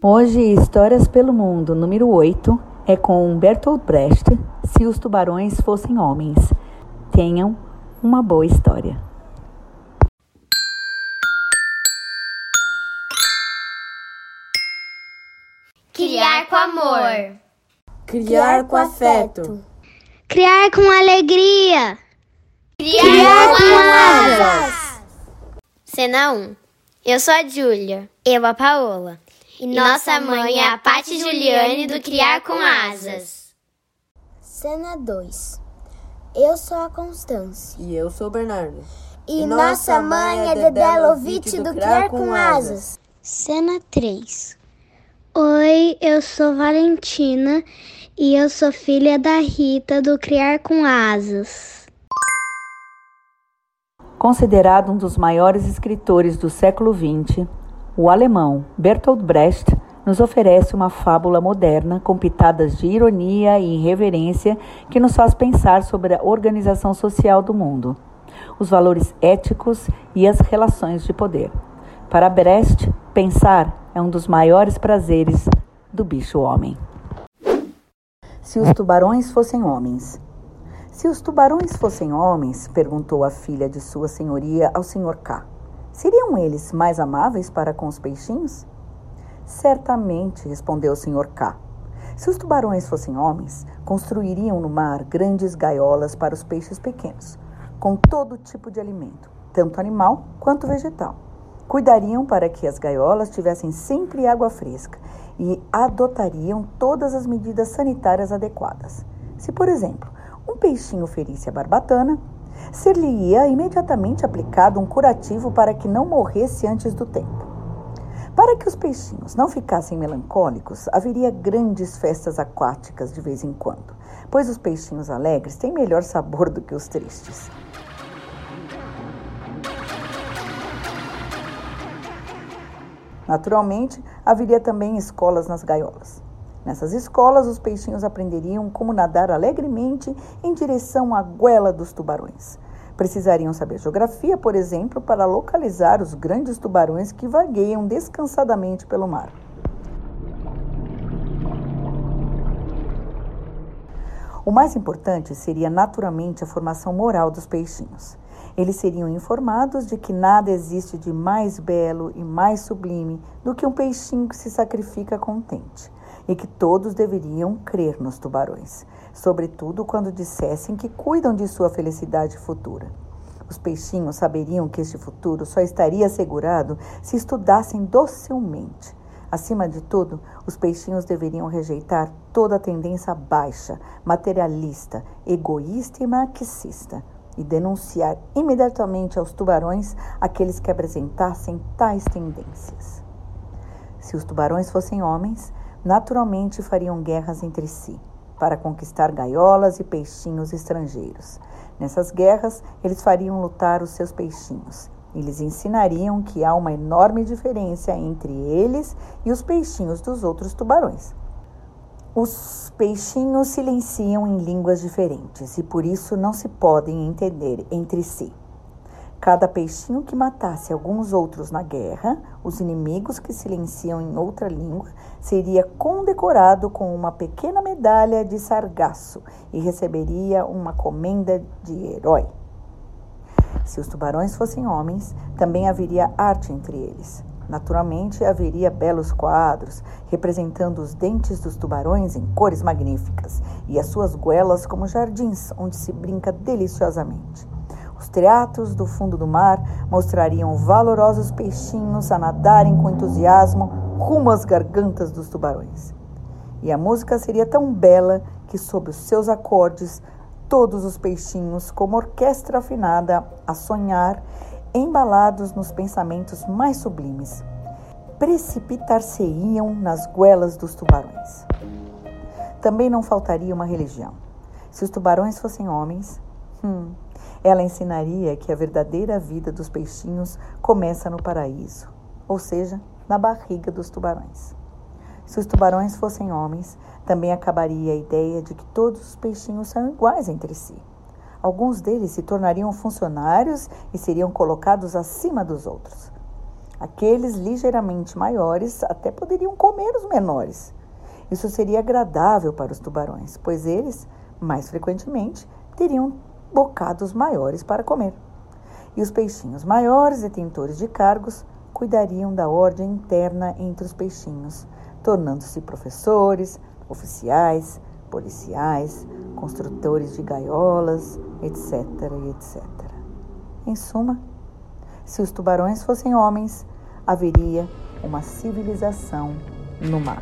Hoje, Histórias pelo Mundo, número 8, é com Bertolt Brecht, Se os Tubarões Fossem Homens. Tenham uma boa história. Criar com amor. Criar com afeto. Criar com alegria. Criar com asas. Cena 1. Eu sou a Júlia. Eu a Paola. E nossa mãe é a Paty Juliane do Criar com Asas. Cena 2. Eu sou a Constância. E eu sou o Bernardo. E nossa mãe é Dedé Lovitch do Criar com Asas. Cena 3. Oi, eu sou Valentina e eu sou filha da Rita do Criar com Asas. Considerado um dos maiores escritores do século XX, o alemão Bertolt Brecht nos oferece uma fábula moderna com pitadas de ironia e irreverência que nos faz pensar sobre a organização social do mundo, os valores éticos e as relações de poder. Para Brecht, pensar é um dos maiores prazeres do bicho-homem. Se os tubarões fossem homens. Se os tubarões fossem homens, perguntou a filha de sua senhoria ao Sr. K., seriam eles mais amáveis para com os peixinhos? Certamente, respondeu o Sr. K. Se os tubarões fossem homens, construiriam no mar grandes gaiolas para os peixes pequenos, com todo tipo de alimento, tanto animal quanto vegetal. Cuidariam para que as gaiolas tivessem sempre água fresca e adotariam todas as medidas sanitárias adequadas. Se, por exemplo, um peixinho ferisse a barbatana, ser-lhe-ia imediatamente aplicado um curativo para que não morresse antes do tempo. Para que os peixinhos não ficassem melancólicos, haveria grandes festas aquáticas de vez em quando, pois os peixinhos alegres têm melhor sabor do que os tristes. Naturalmente, haveria também escolas nas gaiolas. Nessas escolas, os peixinhos aprenderiam como nadar alegremente em direção à goela dos tubarões. Precisariam saber geografia, por exemplo, para localizar os grandes tubarões que vagueiam descansadamente pelo mar. O mais importante seria naturalmente a formação moral dos peixinhos. Eles seriam informados de que nada existe de mais belo e mais sublime do que um peixinho que se sacrifica contente, e que todos deveriam crer nos tubarões, sobretudo quando dissessem que cuidam de sua felicidade futura. Os peixinhos saberiam que este futuro só estaria assegurado se estudassem docilmente. Acima de tudo, os peixinhos deveriam rejeitar toda a tendência baixa, materialista, egoísta e marxista, e denunciar imediatamente aos tubarões aqueles que apresentassem tais tendências. Se os tubarões fossem homens, naturalmente fariam guerras entre si, para conquistar gaiolas e peixinhos estrangeiros. Nessas guerras, eles fariam lutar os seus peixinhos e lhes ensinariam que há uma enorme diferença entre eles e os peixinhos dos outros tubarões. Os peixinhos silenciam em línguas diferentes e por isso não se podem entender entre si. Cada peixinho que matasse alguns outros na guerra, os inimigos que silenciam em outra língua, seria condecorado com uma pequena medalha de sargaço e receberia uma comenda de herói. Se os tubarões fossem homens, também haveria arte entre eles. Naturalmente, haveria belos quadros representando os dentes dos tubarões em cores magníficas e as suas goelas como jardins onde se brinca deliciosamente. Os teatros do fundo do mar mostrariam valorosos peixinhos a nadarem com entusiasmo rumo às gargantas dos tubarões. E a música seria tão bela que, sob os seus acordes, todos os peixinhos, como orquestra afinada, a sonhar, embalados nos pensamentos mais sublimes, precipitar-se-iam nas goelas dos tubarões. Também não faltaria uma religião. Se os tubarões fossem homens, ela ensinaria que a verdadeira vida dos peixinhos começa no paraíso, ou seja, na barriga dos tubarões. Se os tubarões fossem homens, também acabaria a ideia de que todos os peixinhos são iguais entre si. Alguns deles se tornariam funcionários e seriam colocados acima dos outros. Aqueles ligeiramente maiores até poderiam comer os menores. Isso seria agradável para os tubarões, pois eles, mais frequentemente, teriam bocados maiores para comer. E os peixinhos maiores, detentores de cargos, cuidariam da ordem interna entre os peixinhos, tornando-se professores, oficiais, policiais, construtores de gaiolas, etc, etc. Em suma, se os tubarões fossem homens, haveria uma civilização no mar.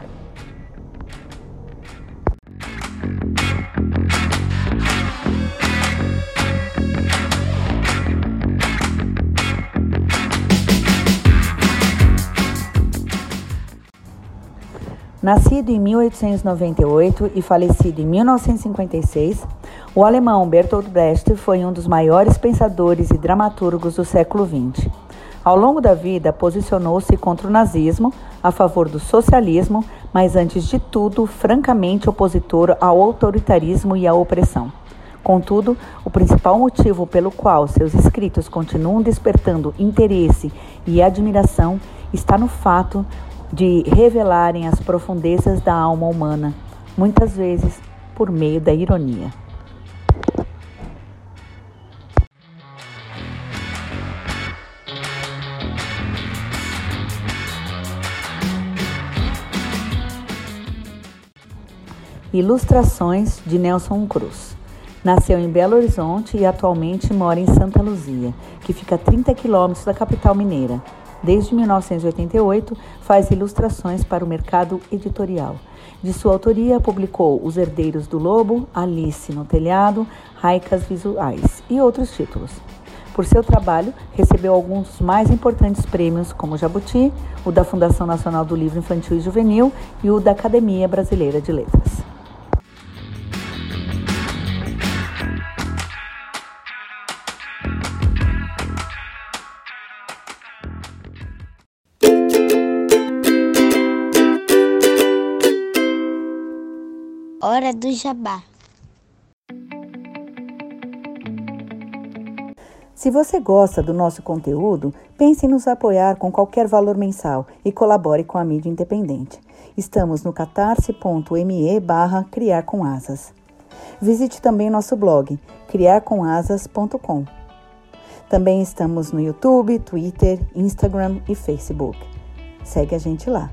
Nascido em 1898 e falecido em 1956, o alemão Bertolt Brecht foi um dos maiores pensadores e dramaturgos do século XX. Ao longo da vida, posicionou-se contra o nazismo, a favor do socialismo, mas antes de tudo, francamente opositor ao autoritarismo e à opressão. Contudo, o principal motivo pelo qual seus escritos continuam despertando interesse e admiração está no fato de revelarem as profundezas da alma humana, muitas vezes por meio da ironia. Ilustrações de Nelson Cruz. Nasceu em Belo Horizonte e atualmente mora em Santa Luzia, que fica a 30 quilômetros da capital mineira. Desde 1988, faz ilustrações para o mercado editorial. De sua autoria, publicou Os Herdeiros do Lobo, Alice no Telhado, Raicas Visuais e outros títulos. Por seu trabalho, recebeu alguns dos mais importantes prêmios, como o Jabuti, o da Fundação Nacional do Livro Infantil e Juvenil e o da Academia Brasileira de Letras. Hora do Jabá. Se você gosta do nosso conteúdo, pense em nos apoiar com qualquer valor mensal e colabore com a mídia independente. Estamos no catarse.me/criarcomasas. Visite também nosso blog, criarcomasas.com. Também estamos no YouTube, Twitter, Instagram e Facebook. Segue a gente lá.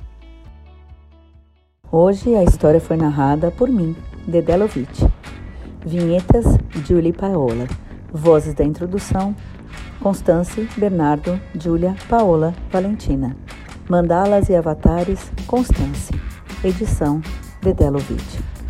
Hoje a história foi narrada por mim, Dedé Lovitch. Vinhetas, Júlia Paola. Vozes da introdução, Constance, Bernardo, Júlia, Paola, Valentina. Mandalas e avatares, Constance. Edição, Dedé Lovitch.